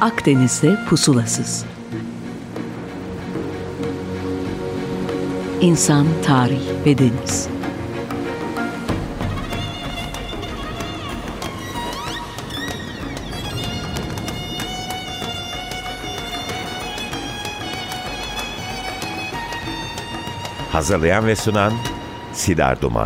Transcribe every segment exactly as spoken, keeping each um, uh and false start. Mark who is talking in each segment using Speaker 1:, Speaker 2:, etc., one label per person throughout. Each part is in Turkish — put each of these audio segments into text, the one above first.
Speaker 1: Akdeniz'de pusulasız. İnsan, tarih ve deniz.
Speaker 2: Hazırlayan ve sunan Sidar Duman.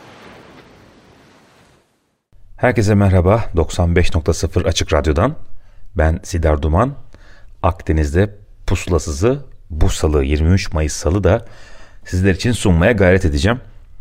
Speaker 3: Herkese merhaba. doksan beş nokta sıfır Açık Radyo'dan ben Sidar Duman. Akdeniz'de pusulasızı bu salı, yirmi üç Mayıs salı da sizler için sunmaya gayret edeceğim.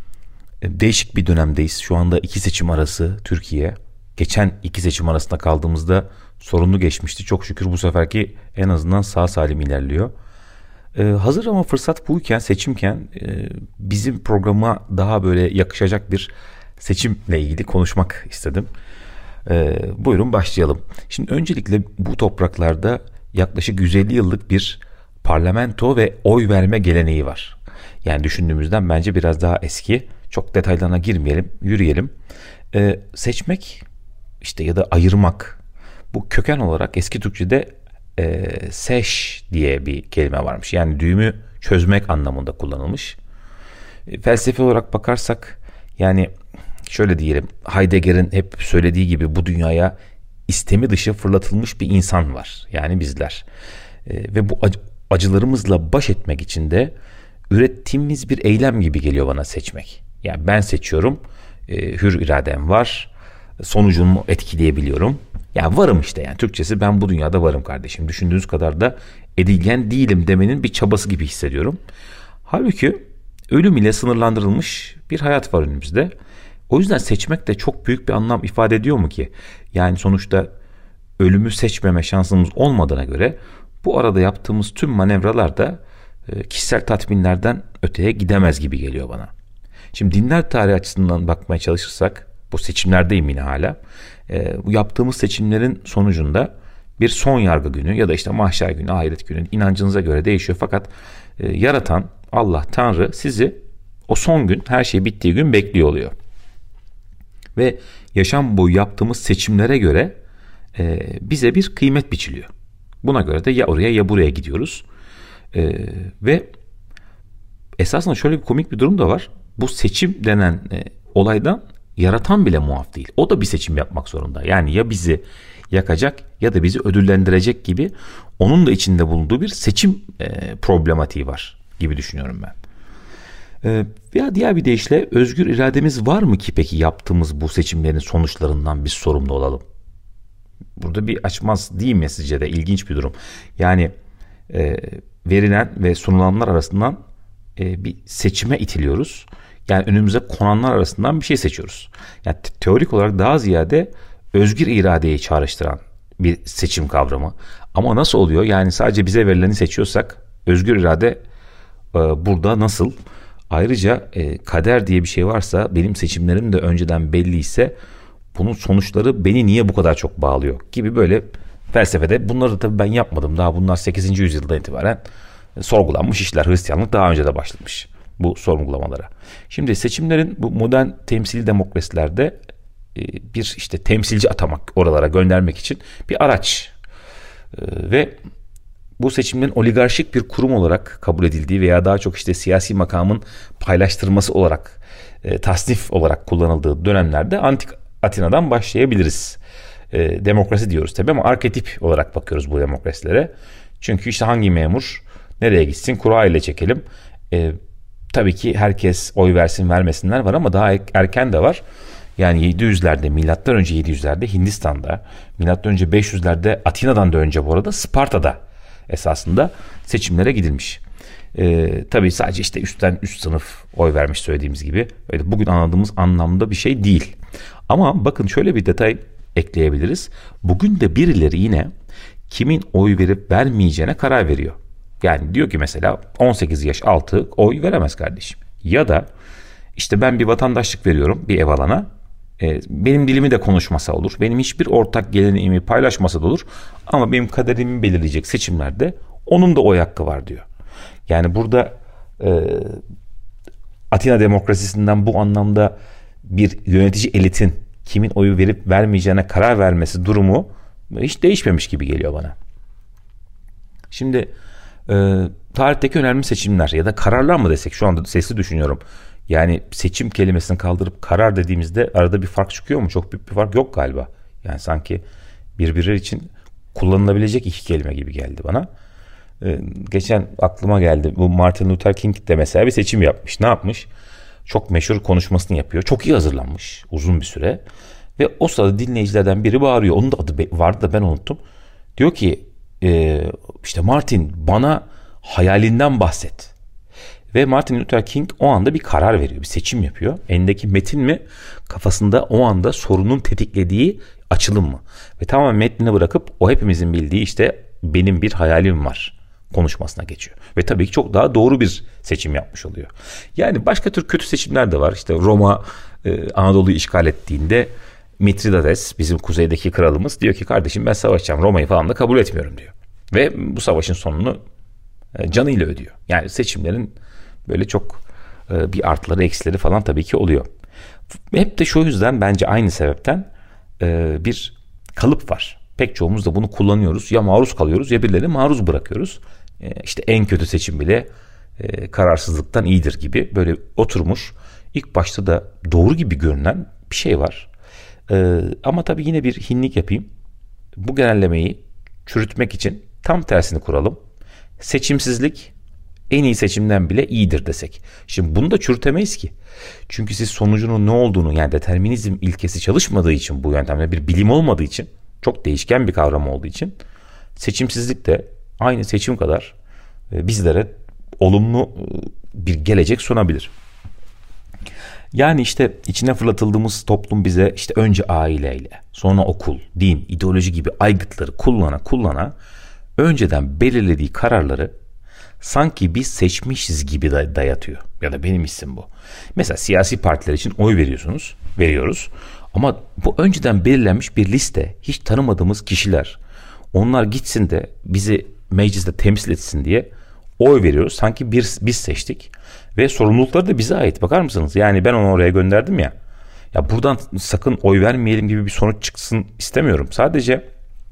Speaker 3: Değişik bir dönemdeyiz. Şu anda iki seçim arası Türkiye. Geçen iki seçim arasında kaldığımızda sorunlu geçmişti. Çok şükür bu seferki en azından sağ salim ilerliyor. Ee, hazır ama fırsat buyken, seçimken e, bizim programa daha böyle yakışacak bir seçimle ilgili konuşmak istedim. Ee, buyurun başlayalım. Şimdi öncelikle bu topraklarda yaklaşık yüz elli yıllık bir parlamento ve oy verme geleneği var. Yani düşündüğümüzden bence biraz daha eski. Çok detaylarına girmeyelim, yürüyelim. Ee, seçmek işte ya da ayırmak, bu köken olarak eski Türkçe'de e, seç diye bir kelime varmış. Yani düğümü çözmek anlamında kullanılmış. E, felsefi olarak bakarsak yani şöyle diyelim, Heidegger'in hep söylediği gibi bu dünyaya istemi dışı fırlatılmış bir insan var. Yani bizler. E, ve bu ac- acılarımızla baş etmek için de ürettiğimiz bir eylem gibi geliyor bana seçmek. Yani ben seçiyorum, e, hür iradem var, sonucunu etkileyebiliyorum. Yani varım işte, yani Türkçesi ben bu dünyada varım kardeşim. Düşündüğünüz kadar da edilgen değilim demenin bir çabası gibi hissediyorum. Halbuki ölüm ile sınırlandırılmış bir hayat var önümüzde. O yüzden seçmek de çok büyük bir anlam ifade ediyor mu ki? Yani sonuçta ölümü seçmeme şansımız olmadığına göre bu arada yaptığımız tüm manevralar da e, kişisel tatminlerden öteye gidemez gibi geliyor bana. Şimdi dinler tarihi açısından bakmaya çalışırsak, bu seçimlerdeyim yine hala. E, bu yaptığımız seçimlerin sonucunda bir son yargı günü ya da işte mahşer günü, ahiret günü inancınıza göre değişiyor. Fakat e, yaratan Allah, Tanrı sizi o son gün, her şey bittiği gün bekliyor oluyor. Ve yaşam boyu yaptığımız seçimlere göre e, bize bir kıymet biçiliyor. Buna göre de ya oraya ya buraya gidiyoruz. E, ve esasında şöyle bir komik bir durum da var. Bu seçim denen e, olaydan yaratan bile muaf değil. O da bir seçim yapmak zorunda. Yani ya bizi yakacak ya da bizi ödüllendirecek gibi onun da içinde bulunduğu bir seçim e, problematiği var gibi düşünüyorum ben. E, veya diğer bir deyişle özgür irademiz var mı ki peki yaptığımız bu seçimlerin sonuçlarından biz sorumlu olalım? Burada bir açmaz değil mi sizce de? İlginç bir durum. Yani e, verilen ve sunulanlar arasından e, bir seçime itiliyoruz. Yani önümüze konanlar arasından bir şey seçiyoruz. Yani teorik olarak daha ziyade özgür iradeyi çağrıştıran bir seçim kavramı. Ama nasıl oluyor? Yani sadece bize verileni seçiyorsak özgür irade e, burada nasıl? Ayrıca e, kader diye bir şey varsa, benim seçimlerim de önceden belliyse bunun sonuçları beni niye bu kadar çok bağlıyor gibi böyle felsefede. Bunları da tabii ben yapmadım. Daha bunlar sekizinci yüzyıldan itibaren e, sorgulanmış işler. Hristiyanlık daha önce de başlamış bu sorgulamalara. Şimdi seçimlerin bu modern temsili demokrasilerde e, bir işte temsilci atamak, oralara göndermek için bir araç. E, ve bu seçimlerin oligarşik bir kurum olarak kabul edildiği veya daha çok işte siyasi makamın paylaştırması olarak, e, tasnif olarak kullanıldığı dönemlerde antik Atina'dan başlayabiliriz. E, demokrasi diyoruz tabii ama arketip olarak bakıyoruz bu demokrasilere. Çünkü işte hangi memur nereye gitsin, kura ile çekelim. E, tabii ki herkes oy versin vermesinler var ama daha erken de var. Yani yedi yüzlerde, milattan önce yedi yüzlerde Hindistan'da, milattan önce beş yüzlerde Atina'dan da önce bu arada Sparta'da esasında seçimlere gidilmiş. Ee, tabii sadece işte üstten üst sınıf oy vermiş, söylediğimiz gibi. Öyle bugün anladığımız anlamda bir şey değil. Ama bakın şöyle bir detay ekleyebiliriz. Bugün de birileri yine kimin oy verip vermeyeceğine karar veriyor. Yani diyor ki mesela on sekiz yaş altı oy veremez kardeşim. Ya da işte ben bir vatandaşlık veriyorum bir ev alana. E, benim dilimi de konuşmasa olur. Benim hiçbir ortak geleneğimi paylaşmasa da olur. Ama benim kaderimi belirleyecek seçimlerde onun da oy hakkı var diyor. Yani burada e, Atina demokrasisinden bu anlamda bir yönetici elitin kimin oyu verip vermeyeceğine karar vermesi durumu hiç değişmemiş gibi geliyor bana. Şimdi e, tarihteki önemli seçimler ya da kararlar mı desek, şu anda sesli düşünüyorum. Yani seçim kelimesini kaldırıp karar dediğimizde arada bir fark çıkıyor mu? Çok büyük bir fark yok galiba. Yani sanki birbirleri için kullanılabilecek iki kelime gibi geldi bana. Ee, geçen aklıma geldi. Bu Martin Luther King de mesela bir seçim yapmış. Ne yapmış? Çok meşhur konuşmasını yapıyor. Çok iyi hazırlanmış uzun bir süre. Ve o sırada dinleyicilerden biri bağırıyor. Onun da adı vardı da ben unuttum. Diyor ki e, işte Martin, bana hayalinden bahset. Ve Martin Luther King o anda bir karar veriyor. Bir seçim yapıyor. Elindeki metin mi, kafasında o anda sorunun tetiklediği açılım mı? Ve tamamen metnini bırakıp o hepimizin bildiği işte benim bir hayalim var konuşmasına geçiyor. Ve tabii ki çok daha doğru bir seçim yapmış oluyor. Yani başka tür kötü seçimler de var. İşte Roma e, Anadolu'yu işgal ettiğinde Mitridates, bizim kuzeydeki kralımız, diyor ki kardeşim ben savaşacağım, Roma'yı falan da kabul etmiyorum diyor. Ve bu savaşın sonunu e, canıyla ödüyor. Yani seçimlerin böyle çok e, bir artıları eksileri falan tabii ki oluyor. Hep de şu yüzden, bence aynı sebepten e, bir kalıp var. Pek çoğumuz da bunu kullanıyoruz. Ya maruz kalıyoruz ya birilerini maruz bırakıyoruz. E, işte en kötü seçim bile e, kararsızlıktan iyidir gibi böyle oturmuş. İlk başta da doğru gibi görünen bir şey var. E, ama tabii yine bir hinlik yapayım. Bu genellemeyi çürütmek için tam tersini kuralım. Seçimsizlik en iyi seçimden bile iyidir desek. Şimdi bunu da çürütemeyiz ki. Çünkü siz sonucunun ne olduğunu, yani determinizm ilkesi çalışmadığı için, bu yöntemde bir bilim olmadığı için, çok değişken bir kavram olduğu için seçimsizlik de aynı seçim kadar bizlere olumlu bir gelecek sunabilir. Yani işte içine fırlatıldığımız toplum bize işte önce aileyle, sonra okul, din, ideoloji gibi aygıtları kullana kullana önceden belirlediği kararları sanki biz seçmişiz gibi dayatıyor. Ya da benim hissim bu. Mesela siyasi partiler için oy veriyorsunuz, veriyoruz. Ama bu önceden belirlenmiş bir liste, hiç tanımadığımız kişiler. Onlar gitsin de bizi mecliste temsil etsin diye oy veriyoruz. Sanki bir, biz seçtik ve sorumlulukları da bize ait. Bakar mısınız? Yani ben onu oraya gönderdim ya. Ya buradan sakın oy vermeyelim gibi bir sonuç çıksın istemiyorum. Sadece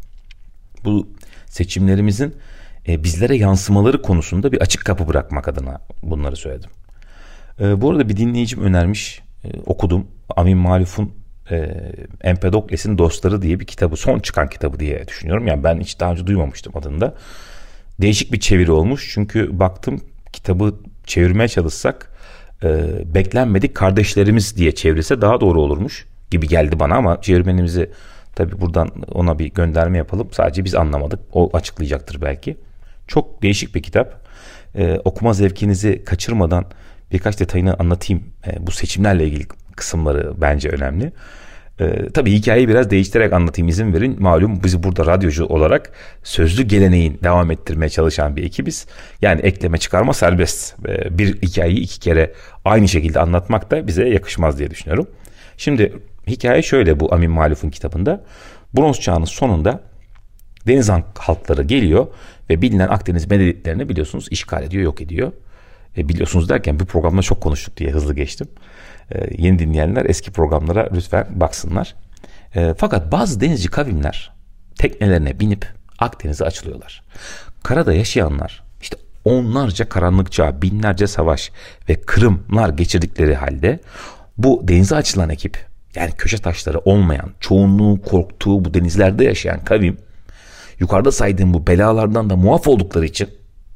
Speaker 3: bu seçimlerimizin e, bizlere yansımaları konusunda bir açık kapı bırakmak adına bunları söyledim. E, bu arada bir dinleyicim önermiş, e, okudum. Amin Maluf'un e, Empedokles'in Dostları diye bir kitabı, son çıkan kitabı diye düşünüyorum. Yani ben hiç daha önce duymamıştım adını da. Değişik bir çeviri olmuş. Çünkü baktım kitabı çevirmeye çalışsak e, beklenmedik kardeşlerimiz diye çevirirse daha doğru olurmuş gibi geldi bana, ama çevirmenimizi tabii buradan ona bir gönderme yapalım. Sadece biz anlamadık. O açıklayacaktır belki. Çok değişik bir kitap. E, okuma zevkinizi kaçırmadan birkaç detayını anlatayım. E, bu seçimlerle ilgili kısımları bence önemli. Ee, tabii hikayeyi biraz değiştirerek anlatayım, izin verin. Malum biz burada radyocu olarak sözlü geleneğin devam ettirmeye çalışan bir ekibiz. Yani ekleme çıkarma serbest. Ee, bir hikayeyi iki kere aynı şekilde anlatmak da bize yakışmaz diye düşünüyorum. Şimdi hikaye şöyle, bu Amin Maluf'un kitabında. Bronz çağının sonunda deniz halkları geliyor ve bilinen Akdeniz medeniyetlerini biliyorsunuz işgal ediyor, yok ediyor. E, biliyorsunuz derken bir programda çok konuştuk diye hızlı geçtim. Ee, yeni dinleyenler eski programlara lütfen baksınlar. Ee, fakat bazı denizci kavimler teknelerine binip Akdeniz'e açılıyorlar. Karada yaşayanlar işte onlarca karanlık çağ, binlerce savaş ve kırımlar geçirdikleri halde bu denize açılan ekip, yani köşe taşları olmayan, çoğunluğu korktuğu bu denizlerde yaşayan kavim, yukarıda saydığım bu belalardan da muaf oldukları için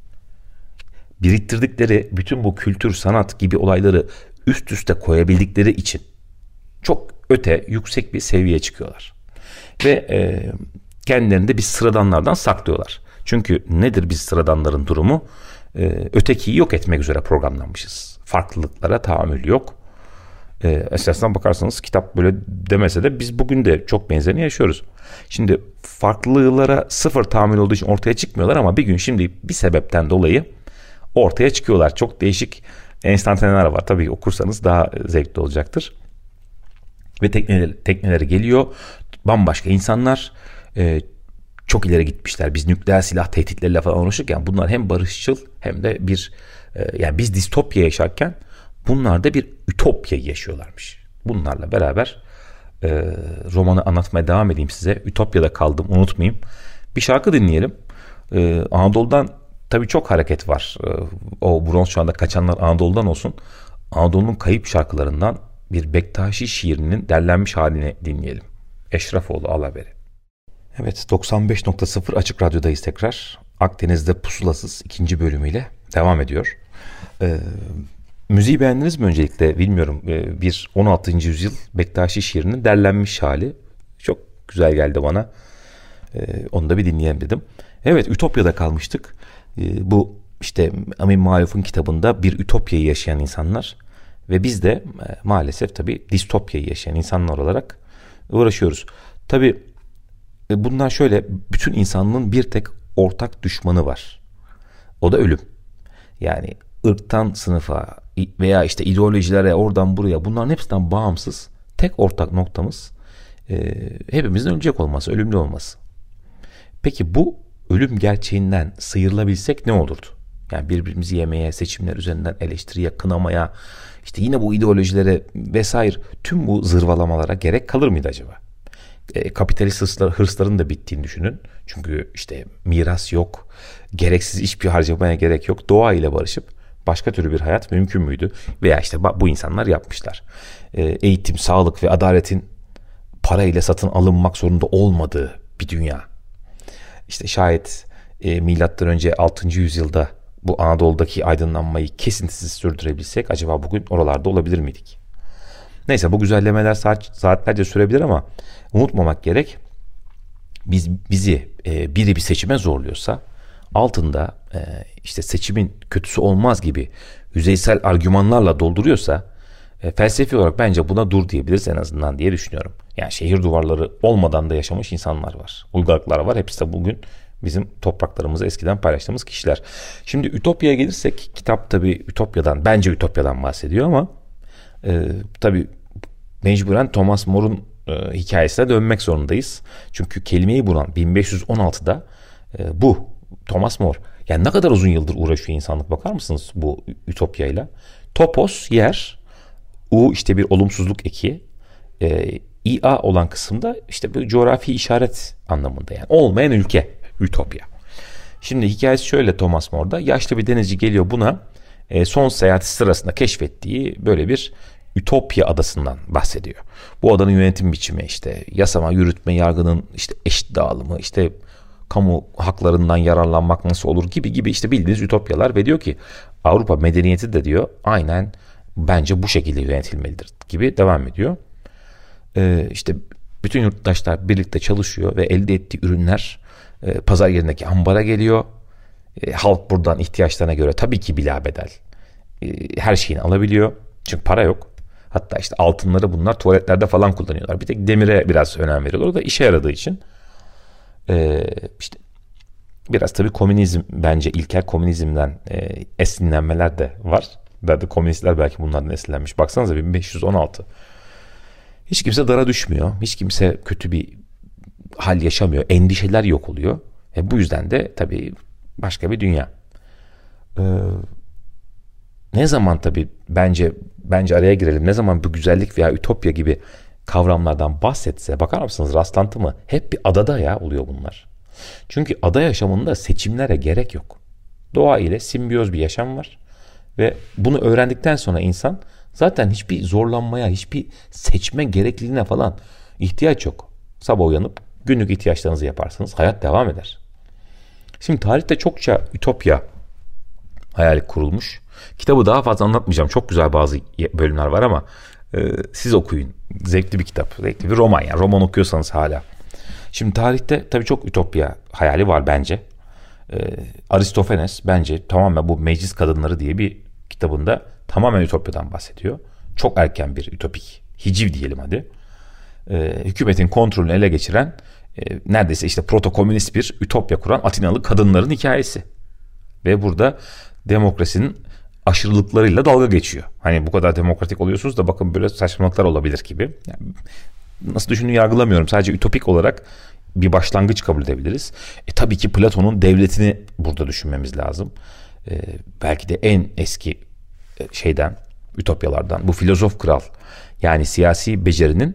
Speaker 3: biriktirdikleri bütün bu kültür, sanat gibi olayları üst üste koyabildikleri için çok öte, yüksek bir seviyeye çıkıyorlar. Ve e, kendilerini de biz sıradanlardan saklıyorlar. Çünkü nedir biz sıradanların durumu? E, ötekiyi yok etmek üzere programlanmışız. Farklılıklara tahammül yok. E, esasından bakarsanız kitap böyle demese de biz bugün de çok benzerini yaşıyoruz. Şimdi farklılıklara sıfır tahammül olduğu için ortaya çıkmıyorlar, ama bir gün şimdi bir sebepten dolayı ortaya çıkıyorlar. Çok değişik enstantaneler var. Tabii okursanız daha zevkli olacaktır. Ve tekneleri, tekneleri geliyor. Bambaşka insanlar. E, çok ileri gitmişler. Biz nükleer silah tehditleriyle falan uğraşırken bunlar hem barışçıl hem de bir e, yani biz distopya yaşarken bunlar da bir ütopya yaşıyorlarmış. Bunlarla beraber e, romanı anlatmaya devam edeyim size. Ütopya'da kaldım, unutmayayım. Bir şarkı dinleyelim. E, Anadolu'dan tabii çok hareket var. E, o bronz çağında kaçanlar Anadolu'dan olsun. Anadolu'nun kayıp şarkılarından bir Bektaşi şiirinin derlenmiş halini dinleyelim. Eşrefoğlu Al Haberi. Evet, doksan beş nokta sıfır Açık Radyo'dayız tekrar. Akdeniz'de Pusulasız ikinci bölümüyle devam ediyor. Ee, müziği beğendiniz mi öncelikle bilmiyorum. Ee, bir on altıncı yüzyıl Bektaşi şiirinin derlenmiş hali. Çok güzel geldi bana. Ee, onu da bir dinleyelim dedim. Evet, Ütopya'da kalmıştık. Ee, bu işte Amin Maluf'un kitabında bir ütopyayı yaşayan insanlar ve biz de e, maalesef tabii distopyayı yaşayan insanlar olarak uğraşıyoruz. Tabii e, bunlar şöyle, bütün insanlığın bir tek ortak düşmanı var. O da ölüm. Yani ırktan sınıfa veya işte ideolojilere, oradan buraya, bunların hepsinden bağımsız tek ortak noktamız e, hepimizin ölecek olması, ölümlü olması. Peki bu ölüm gerçeğinden sıyrılabilsek ne olurdu? Yani birbirimizi yemeye, seçimler üzerinden eleştiriye, kınamaya, işte yine bu ideolojilere vesaire, tüm bu zırvalamalara gerek kalır mıydı acaba? E, kapitalist hırslar, hırsların da bittiğini düşünün. Çünkü işte miras yok, gereksiz hiçbir harcamaya gerek yok. Doğa ile barışıp başka türlü bir hayat mümkün müydü? Veya işte bu insanlar yapmışlar. E, eğitim, sağlık ve adaletin para ile satın alınmak zorunda olmadığı bir dünya. İşte şayet e, milattan önce altıncı yüzyılda bu Anadolu'daki aydınlanmayı kesintisiz sürdürebilsek acaba bugün oralarda olabilir miydik? Neyse, bu güzellemeler saat, saatlerce sürebilir ama unutmamak gerek. Biz bizi e, biri bir seçime zorluyorsa altında e, işte seçimin kötüsü olmaz gibi yüzeysel argümanlarla dolduruyorsa e, felsefi olarak bence buna dur diyebiliriz en azından diye düşünüyorum. Yani şehir duvarları olmadan da yaşamış insanlar var. Uygarlıklar var. Hepsi de bugün bizim topraklarımızı eskiden paylaştığımız kişiler. Şimdi Ütopya'ya gelirsek, kitap tabii Ütopya'dan, bence Ütopya'dan bahsediyor ama e, tabii mecburen Thomas More'un e, hikayesine dönmek zorundayız. Çünkü kelimeyi bulan bin beş yüz on altıda e, bu Thomas More. Yani ne kadar uzun yıldır uğraşıyor insanlık, bakar mısınız bu Ütopya'yla? Topos yer, U işte bir olumsuzluk eki, e, İA olan kısımda işte bir coğrafi işaret anlamında, yani olmayan ülke Ütopya. Şimdi hikayesi şöyle Thomas More'da. Yaşlı bir denizci geliyor buna e, son seyahati sırasında keşfettiği böyle bir Ütopya adasından bahsediyor. Bu adanın yönetim biçimi, işte yasama, yürütme, yargının işte eşit dağılımı, işte kamu haklarından yararlanmak nasıl olur gibi gibi işte bildiğiniz ütopyalar ve diyor ki Avrupa medeniyeti de diyor aynen bence bu şekilde yönetilmelidir gibi devam ediyor. Ee, işte bütün yurttaşlar birlikte çalışıyor ve elde ettiği ürünler e, pazar yerindeki ambara geliyor. E, halk buradan ihtiyaçlarına göre tabii ki bilabedel e, her şeyini alabiliyor. Çünkü para yok. Hatta işte altınları bunlar tuvaletlerde falan kullanıyorlar. Bir tek demire biraz önem veriyorlar. O da işe yaradığı için. Ee, işte biraz tabii komünizm, bence ilkel komünizmden e, esinlenmeler de var. Da komünistler belki bunlardan esinlenmiş. Baksanıza bin beş yüz on altı. Hiç kimse dara düşmüyor. Hiç kimse kötü bir hal yaşamıyor. Endişeler yok oluyor. E, bu yüzden de tabii başka bir dünya. Ee, ne zaman tabii bence bence araya girelim. Ne zaman bu güzellik veya ütopya gibi kavramlardan bahsetse, bakar mısınız rastlantı mı? Hep bir adada ya oluyor bunlar. Çünkü ada yaşamında seçimlere gerek yok. Doğa ile simbiyoz bir yaşam var. Ve bunu öğrendikten sonra insan zaten hiçbir zorlanmaya, hiçbir seçme gerekliliğine falan ihtiyaç yok. Sabah uyanıp günlük ihtiyaçlarınızı yaparsınız. Hayat devam eder. Şimdi tarihte çokça ütopya hayali kurulmuş. Kitabı daha fazla anlatmayacağım. Çok güzel bazı bölümler var ama e, siz okuyun. Zevkli bir kitap. Zevkli bir roman. Yani roman okuyorsanız hala. Şimdi tarihte tabii çok ütopya hayali var bence. E, Aristofanes bence tamamen bu Meclis Kadınları diye bir kitabında tamamen ütopyadan bahsediyor. Çok erken bir ütopik. Hiciv diyelim hadi. E, hükümetin kontrolünü ele geçiren e, neredeyse işte proto-komünist bir ütopya kuran Atinalı kadınların hikayesi. Ve burada demokrasinin aşırılıklarıyla dalga geçiyor. Hani bu kadar demokratik oluyorsunuz da bakın böyle saçmalıklar olabilir gibi. Yani nasıl düşündüğünü yargılamıyorum. Sadece ütopik olarak bir başlangıç kabul edebiliriz. E, tabii ki Platon'un devletini burada düşünmemiz lazım. E, belki de en eski şeyden, ütopyalardan. Bu filozof kral. Yani siyasi becerinin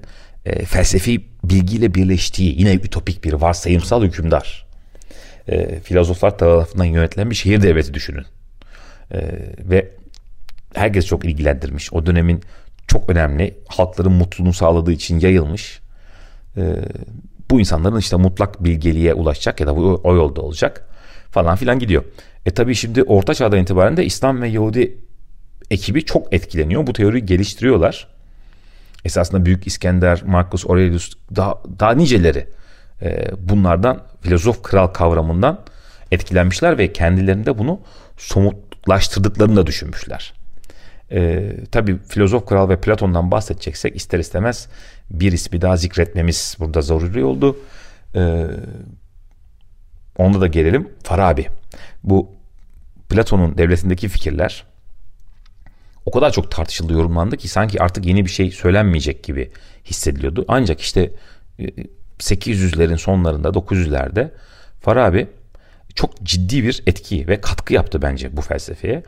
Speaker 3: e, felsefi bilgiyle birleştiği yine ütopik bir varsayımsal hükümdar. E, filozoflar tarafından yönetilen bir şehir devleti düşünün. E, ve herkes çok ilgilendirmiş. O dönemin çok önemli, halkların mutluluğunu sağladığı için yayılmış. E, bu insanların işte mutlak bilgeliğe ulaşacak ya da bu o yolda olacak falan filan gidiyor. E tabii şimdi Orta Çağ'dan itibaren de İslam ve Yahudi ekibi çok etkileniyor. Bu teoriyi geliştiriyorlar. Esasında Büyük İskender, Marcus Aurelius, daha, daha niceleri e, bunlardan, filozof kral kavramından etkilenmişler ve kendilerinde bunu somutlaştırdıklarını da düşünmüşler. E, tabii filozof kral ve Platon'dan bahsedeceksek ister istemez bir ismi daha zikretmemiz burada zaruri oldu. E, onda da gelelim, Farabi. Bu Platon'un devletindeki fikirler o kadar çok tartışıldı, yorumlandı ki sanki artık yeni bir şey söylenmeyecek gibi hissediliyordu. Ancak işte sekiz yüzlerin sonlarında, dokuz yüzlerde Farabi çok ciddi bir etki ve katkı yaptı bence bu felsefeye.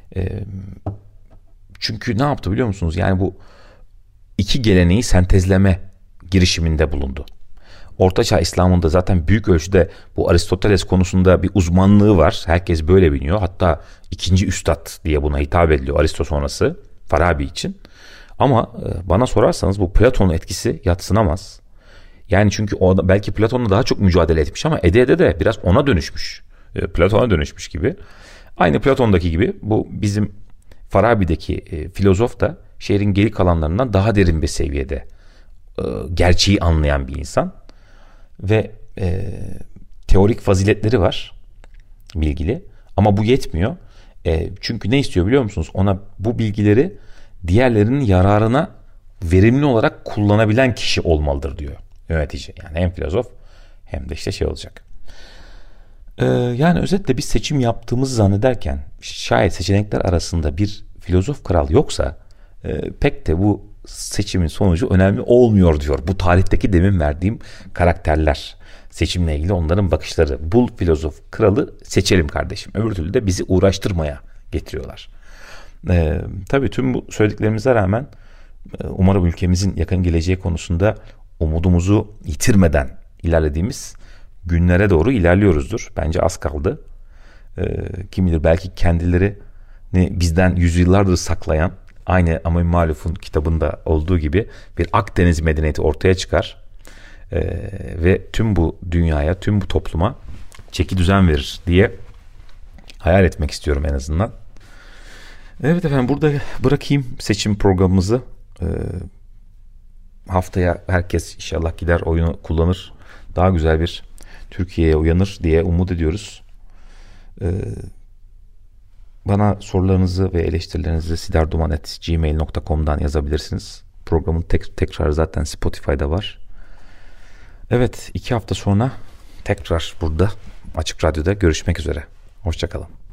Speaker 3: Çünkü ne yaptı biliyor musunuz? Yani bu iki geleneği sentezleme girişiminde bulundu. Ortaçağ İslam'ında zaten büyük ölçüde bu Aristoteles konusunda bir uzmanlığı var. Herkes böyle biliyor. Hatta ikinci üstad diye buna hitap ediliyor Aristo sonrası Farabi için. Ama bana sorarsanız bu Platon'un etkisi yadsınamaz. Yani çünkü o belki Platon'la daha çok mücadele etmiş ama ede ede de biraz ona dönüşmüş. Platon'a dönüşmüş gibi. Aynı Platon'daki gibi bu bizim Farabi'deki filozof da şehrin geri kalanlarından daha derin bir seviyede gerçeği anlayan bir insan. Ve e, teorik faziletleri var, bilgili, ama bu yetmiyor. E, çünkü ne istiyor biliyor musunuz? Ona bu bilgileri diğerlerinin yararına verimli olarak kullanabilen kişi olmalıdır diyor yönetici. Yani hem filozof hem de işte şey olacak. E, yani özetle bir seçim yaptığımızı zannederken şayet seçenekler arasında bir filozof kral yoksa e, pek de bu seçimin sonucu önemli olmuyor diyor. Bu tarihteki demin verdiğim karakterler, seçimle ilgili onların bakışları. Bul filozof kralı, seçelim kardeşim. Öbür türlü de bizi uğraştırmaya getiriyorlar. Ee, tabii tüm bu söylediklerimize rağmen umarım ülkemizin yakın geleceği konusunda umudumuzu yitirmeden ilerlediğimiz günlere doğru ilerliyoruzdur. Bence az kaldı. Ee, kim bilir belki kendilerini bizden yüzyıllardır saklayan, aynı Amin Maluf'un kitabında olduğu gibi bir Akdeniz medeniyeti ortaya çıkar ee, ve tüm bu dünyaya, tüm bu topluma çeki düzen verir diye hayal etmek istiyorum en azından. Evet efendim, burada bırakayım seçim programımızı. Ee, haftaya herkes inşallah gider oyunu kullanır. Daha güzel bir Türkiye'ye uyanır diye umut ediyoruz. Ee, Bana sorularınızı ve eleştirilerinizi sidarduman at gmail nokta com'dan yazabilirsiniz. Programın tek, tekrar zaten Spotify'da var. Evet, iki hafta sonra tekrar burada Açık Radyo'da görüşmek üzere. Hoşça kalın.